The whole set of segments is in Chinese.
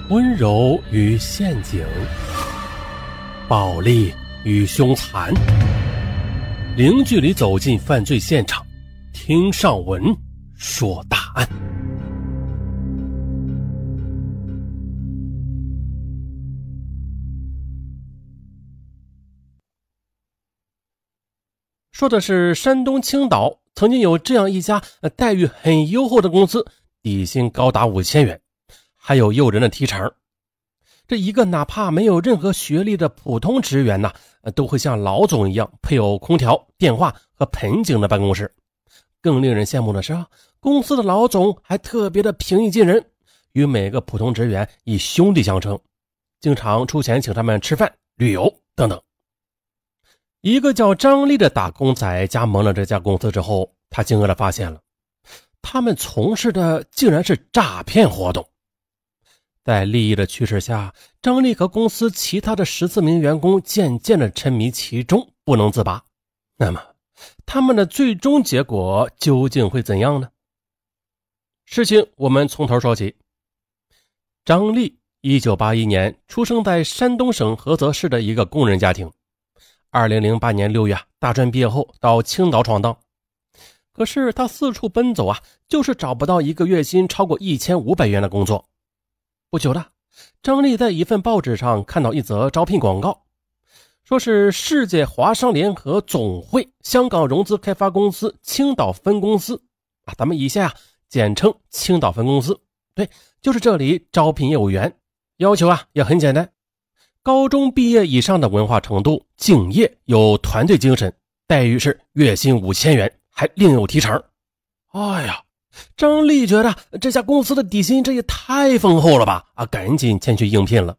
温柔与陷阱，暴力与凶残，零距离走进犯罪现场，听上文说大案。说的是山东青岛曾经有这样一家待遇很优厚的公司，底薪高达5000元，还有诱人的提成。这一个哪怕没有任何学历的普通职员呢，都会像老总一样配有空调、电话和盆景的办公室。更令人羡慕的是公司的老总还特别的平易近人，与每个普通职员以兄弟相称，经常出钱请他们吃饭、旅游等等。一个叫张丽的打工仔加盟了这家公司之后，他惊愕地发现了，他们从事的竟然是诈骗活动。在利益的驱使下，张丽和公司其他的14名员工渐渐地沉迷其中，不能自拔。那么他们的最终结果究竟会怎样呢？事情我们从头说起。张丽1981年出生在山东省菏泽市的一个工人家庭。2008年6月大专毕业后到青岛闯荡。可是他四处奔走就是找不到一个月薪超过1500元的工作。不久的，张丽在一份报纸上看到一则招聘广告，说是世界华商联合总会香港融资开发公司青岛分公司咱们以下简称青岛分公司。对，就是这里招聘业务员，要求也很简单，高中毕业以上的文化程度，敬业，有团队精神，待遇是月薪5000元，还另有提成。哎呀，张丽觉得这家公司的底薪这也太丰厚了吧，赶紧前去应聘了。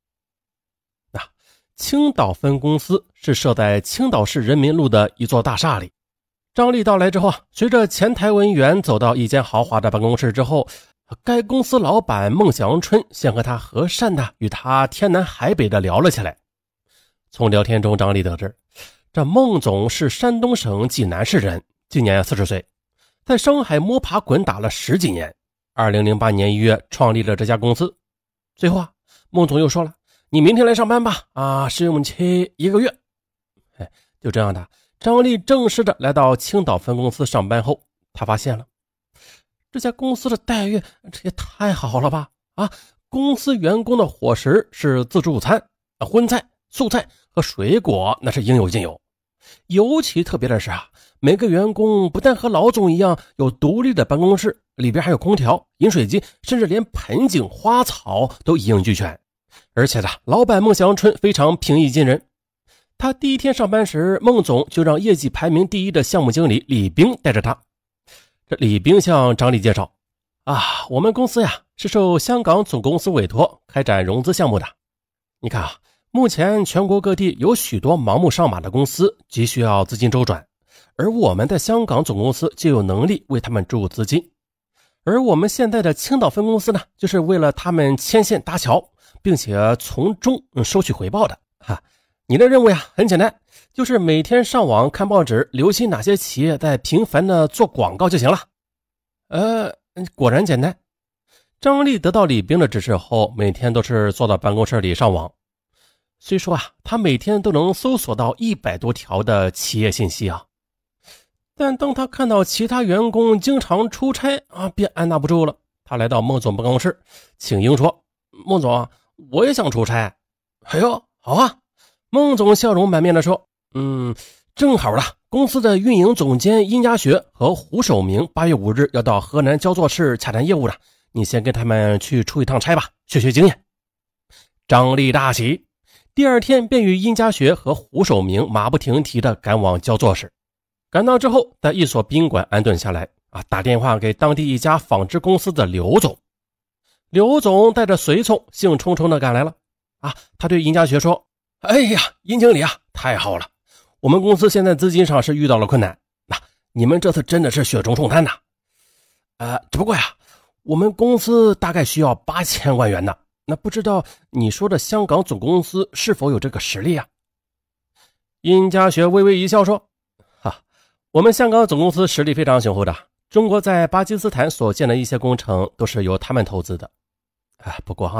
青岛分公司是设在青岛市人民路的一座大厦里。张丽到来之后随着前台文员走到一间豪华的办公室之后，该公司老板孟祥春先和他和善的与他天南海北的聊了起来。从聊天中，张丽得知这孟总是山东省济南市人，今年40岁，在上海摸爬滚打了10几年，2008年1月创立了这家公司。最后孟总又说了，你明天来上班吧，试用期1个月。就这样的，张丽正式的来到青岛分公司上班后，他发现了这家公司的待遇这也太好了吧！公司员工的伙食是自助餐，荤菜、素菜和水果那是应有尽有。尤其特别的是每个员工不但和老总一样有独立的办公室，里边还有空调、饮水机，甚至连盆景、花草都一应俱全。而且老板孟祥春非常平易近人。他第一天上班时，孟总就让业绩排名第1的项目经理李兵带着他。这李兵向张丽介绍我们公司是受香港总公司委托开展融资项目的。你看目前全国各地有许多盲目上马的公司急需要资金周转，而我们的香港总公司就有能力为他们注入资金。而我们现在的青岛分公司呢，就是为了他们牵线搭桥，并且从中收取回报的。你的任务很简单，就是每天上网看报纸，留心哪些企业在频繁的做广告就行了。果然简单。张丽得到李兵的指示后，每天都是坐到办公室里上网。虽说他每天都能搜索到100多条的企业信息但当他看到其他员工经常出差便按捺不住了。他来到孟总办公室，请缨说，孟总，我也想出差。哎呦，好孟总笑容满面地说，正好了，公司的运营总监殷家学和胡守明8月5日要到河南焦作市洽谈业务的，你先跟他们去出一趟差吧，学学经验。张丽大喜，第二天便与殷家学和胡守明马不停蹄地赶往焦作市。赶到之后，在一所宾馆安顿下来打电话给当地一家纺织公司的刘总。刘总带着随从兴冲冲地赶来了他对殷家学说，哎呀，殷经理太好了，我们公司现在资金上是遇到了困难，你们这次真的是雪中送炭只不过我们公司大概需要8000万元呢，那不知道你说的香港总公司是否有这个实力殷家学微微一笑说，我们香港总公司实力非常雄厚的，中国在巴基斯坦所建的一些工程都是由他们投资的。不过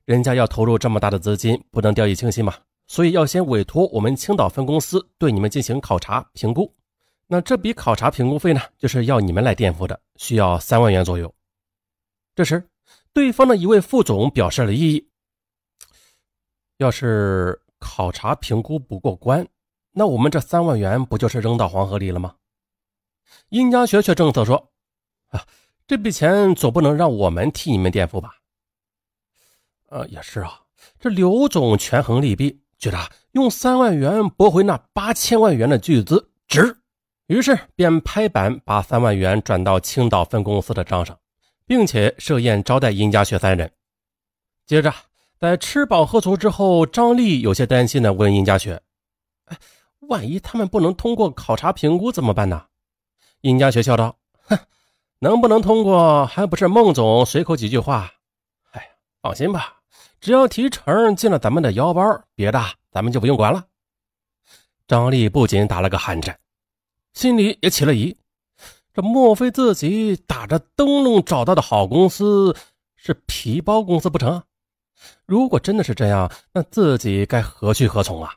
人家要投入这么大的资金，不能掉以轻心嘛，所以要先委托我们青岛分公司对你们进行考察评估。那这笔考察评估费呢，就是要你们来垫付的，需要3万元左右。这时对方的一位副总表示了异议，要是考察评估不过关，那我们这3万元不就是扔到黄河里了吗？殷家学却政策说，这笔钱总不能让我们替你们垫付吧。也是啊，这刘总权衡利弊，觉得用3万元驳回那8000万元的巨资值，于是便拍板把3万元转到青岛分公司的账上，并且设宴招待殷家学3人。接着在吃饱喝足之后，张丽有些担心地问殷家学，万一他们不能通过考察评估怎么办呢？殷家学笑道，能不能通过还不是孟总随口几句话。放心吧，只要提成进了咱们的腰包，别的咱们就不用管了。张丽不仅打了个寒战，心里也起了疑，这莫非自己打着灯笼找到的好公司是皮包公司不成？如果真的是这样，那自己该何去何从啊？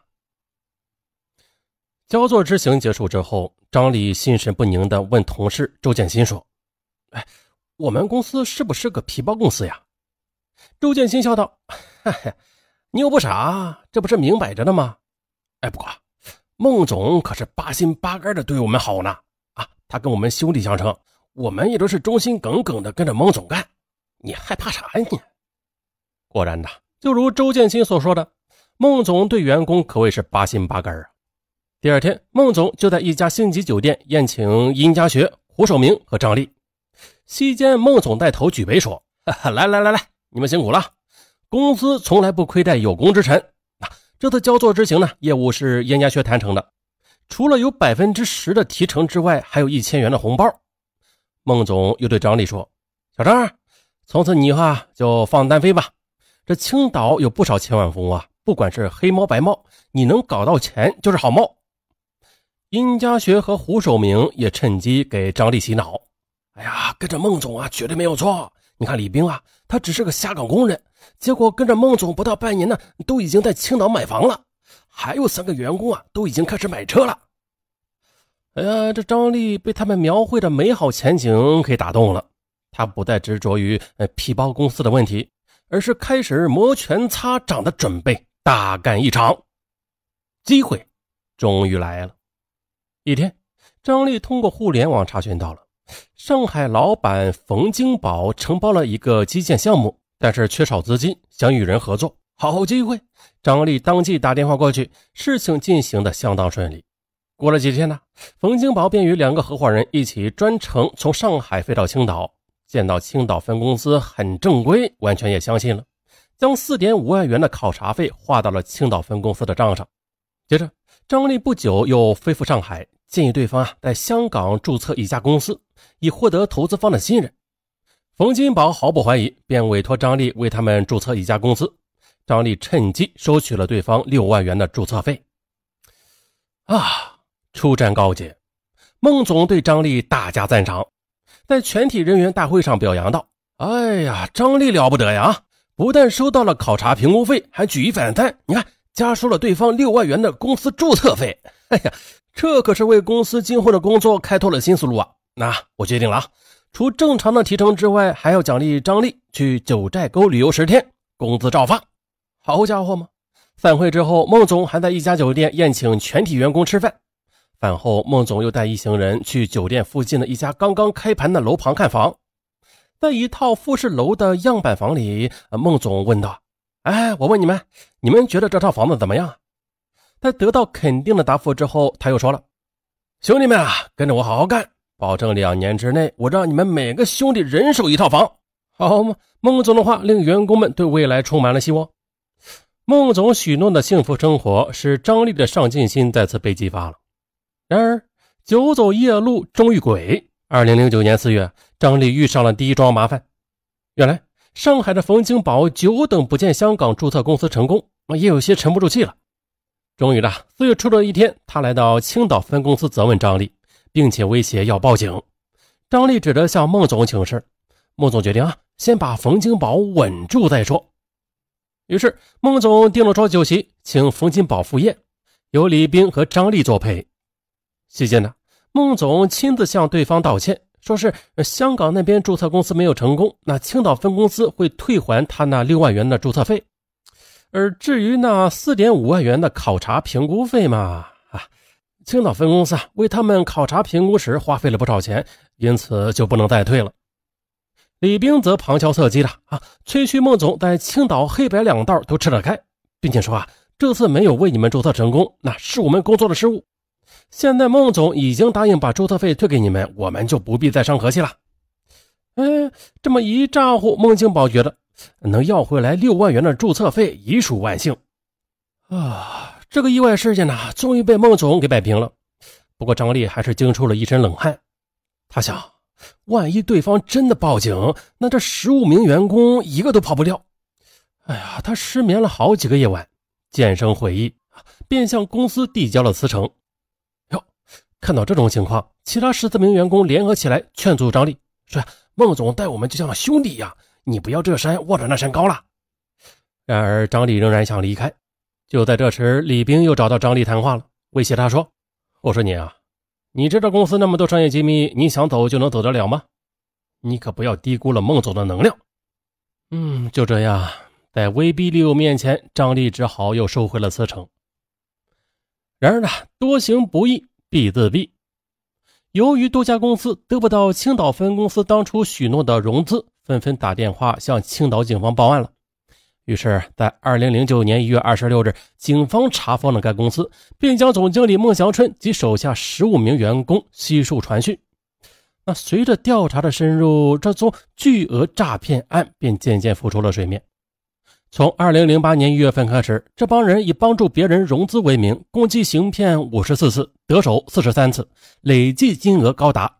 焦作之行结束之后，张丽心神不宁地问同事周建新说，我们公司是不是个皮包公司呀？周建新笑道，你又不傻，这不是明摆着的吗？不过孟总可是8心8肝的对我们好呢，他跟我们兄弟相称，我们也都是忠心耿耿的跟着孟总干，你害怕啥呀你？果然的，就如周建新所说的，孟总对员工可谓是8心8肝啊。第二天，孟总就在一家星级酒店宴请殷家学、胡守明和张丽。席间，孟总带头举杯说，来，你们辛苦了，公司从来不亏待有功之臣。这次焦作之行呢，业务是殷家学谈成的，除了有 10% 的提成之外，还有1000元的红包。孟总又对张丽说，小张，从此你以后就放单飞吧，这青岛有不少千万富翁啊，不管是黑猫白猫，你能搞到钱就是好猫。殷家学和胡守明也趁机给张丽洗脑，跟着孟总绝对没有错，你看李兵他只是个下岗工人，结果跟着孟总不到半年呢，都已经在青岛买房了，还有3个员工都已经开始买车了。这张丽被他们描绘的美好前景给打动了，他不再执着于皮包公司的问题，而是开始摩拳擦掌的准备大干一场。机会终于来了。一天，张丽通过互联网查询到了上海老板冯金宝承包了一个基建项目，但是缺少资金，想与人合作。好机会，张丽当即打电话过去，事情进行的相当顺利。过了几天呢，冯金宝便与2个合伙人一起专程从上海飞到青岛，见到青岛分公司很正规，完全也相信了，将 4.5 万元的考察费划到了青岛分公司的账上。接着，张丽不久又飞赴上海，建议对方在香港注册一家公司，以获得投资方的信任。冯金宝毫不怀疑，便委托张丽为他们注册一家公司。张丽趁机收取了对方6万元的注册费。初战告捷，孟总对张丽大加赞赏，在全体人员大会上表扬道，张丽了不得呀，不但收到了考察评估费，还举一反三，你看加收了对方6万元的公司注册费。这可是为公司今后的工作开拓了新思路啊。那我决定了除正常的提成之外，还要奖励张丽去九寨沟旅游10天，工资照发。好家伙嘛！散会之后，孟总还在一家酒店宴请全体员工吃饭。饭后，孟总又带一行人去酒店附近的一家刚刚开盘的楼盘看房。在一套复式楼的样板房里，孟总问道，我问你们觉得这套房子怎么样？在得到肯定的答复之后，他又说了，兄弟们跟着我好好干，保证2年之内我让你们每个兄弟人手一套房，好吗？孟总的话令员工们对未来充满了希望。孟总许诺的幸福生活使张丽的上进心再次被激发了。然而久走夜路终遇鬼，2009年4月，张丽遇上了第一桩麻烦。原来上海的冯金宝久等不见香港注册公司成功，也有些沉不住气了。终于4月初的一天，他来到青岛分公司责问张丽，并且威胁要报警。张丽只得向孟总请示，孟总决定先把冯金宝稳住再说。 于是孟总订了桌酒席，请冯金宝赴宴，由李斌和张丽作陪。席间呢，孟总亲自向对方道歉，说是香港那边注册公司没有成功，那青岛分公司会退还他那6万元的注册费。而至于那 4.5 万元的考察评估费嘛，青岛分公司为他们考察评估时花费了不少钱，因此就不能再退了。李斌则旁敲侧击的吹嘘孟总在青岛黑白两道都吃得开，并且说这次没有为你们注册成功，那是我们工作的失误。现在孟总已经答应把注册费退给你们，我们就不必再伤和气了。这么一咋呼，孟金宝觉得能要回来6万元的注册费已属万幸这个意外事件呢，终于被孟总给摆平了。不过张丽还是惊出了一身冷汗，他想，万一对方真的报警，那这15名员工一个都跑不掉。他失眠了好几个夜晚，渐生悔意，便向公司递交了辞呈。看到这种情况，其他14名员工联合起来劝阻张丽，说孟总待我们就像兄弟一样，你不要这山望着那山高了。然而张丽仍然想离开。就在这时，李斌又找到张丽谈话了，威胁他说，我说你知道公司那么多商业机密，你想走就能走得了吗？你可不要低估了孟总的能量。就这样，在威逼利诱面前，张丽只好又收回了辞呈。然而呢，多行不义必自毙。由于多家公司得不到青岛分公司当初许诺的融资，纷纷打电话向青岛警方报案了。于是在2009年1月26日，警方查封了该公司，并将总经理孟祥春及手下15名员工悉数传讯。那随着调查的深入，这宗巨额诈骗案便渐渐浮出了水面。从2008年1月份开始，这帮人以帮助别人融资为名，共计行骗54次，得手43次，累计金额高达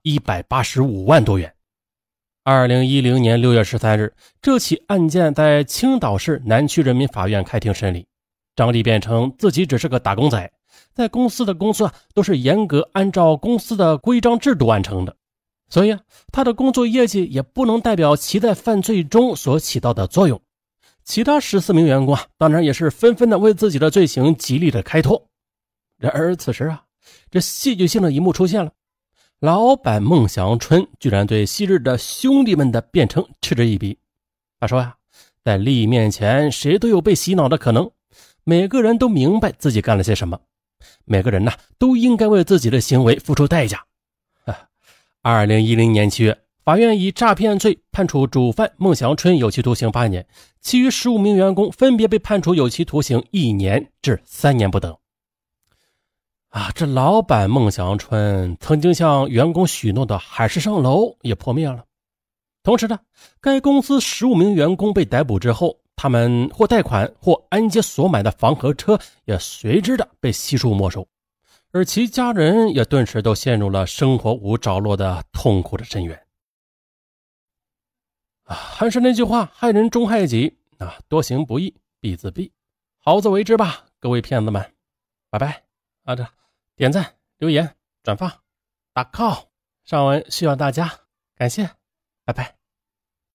185万多元。2010年6月13日，这起案件在青岛市南区人民法院开庭审理。张丽辩称自己只是个打工仔，在公司的工作都是严格按照公司的规章制度完成的，所以他的工作业绩也不能代表其在犯罪中所起到的作用。其他14名员工当然也是纷纷的为自己的罪行极力的开脱。然而此时这戏剧性的一幕出现了。老板孟祥春居然对昔日的兄弟们的辩称嗤之以鼻。他说在利益面前，谁都有被洗脑的可能，每个人都明白自己干了些什么，每个人都应该为自己的行为付出代价。2010年7月，法院以诈骗罪判处主犯孟祥春有期徒刑8年，其余15名员工分别被判处有期徒刑1年至3年不等。这老板孟祥春曾经向员工许诺的海市蜃楼也破灭了。同时该公司15名员工被逮捕之后，他们或贷款或按揭所买的房和车也随之的被悉数没收，而其家人也顿时都陷入了生活无着落的痛苦的深渊。还是那句话，害人终害己，多行不义必自毙。好自为之吧，各位骗子们，拜拜。点赞、留言、转发、打 call， 上文需要大家，感谢，拜拜。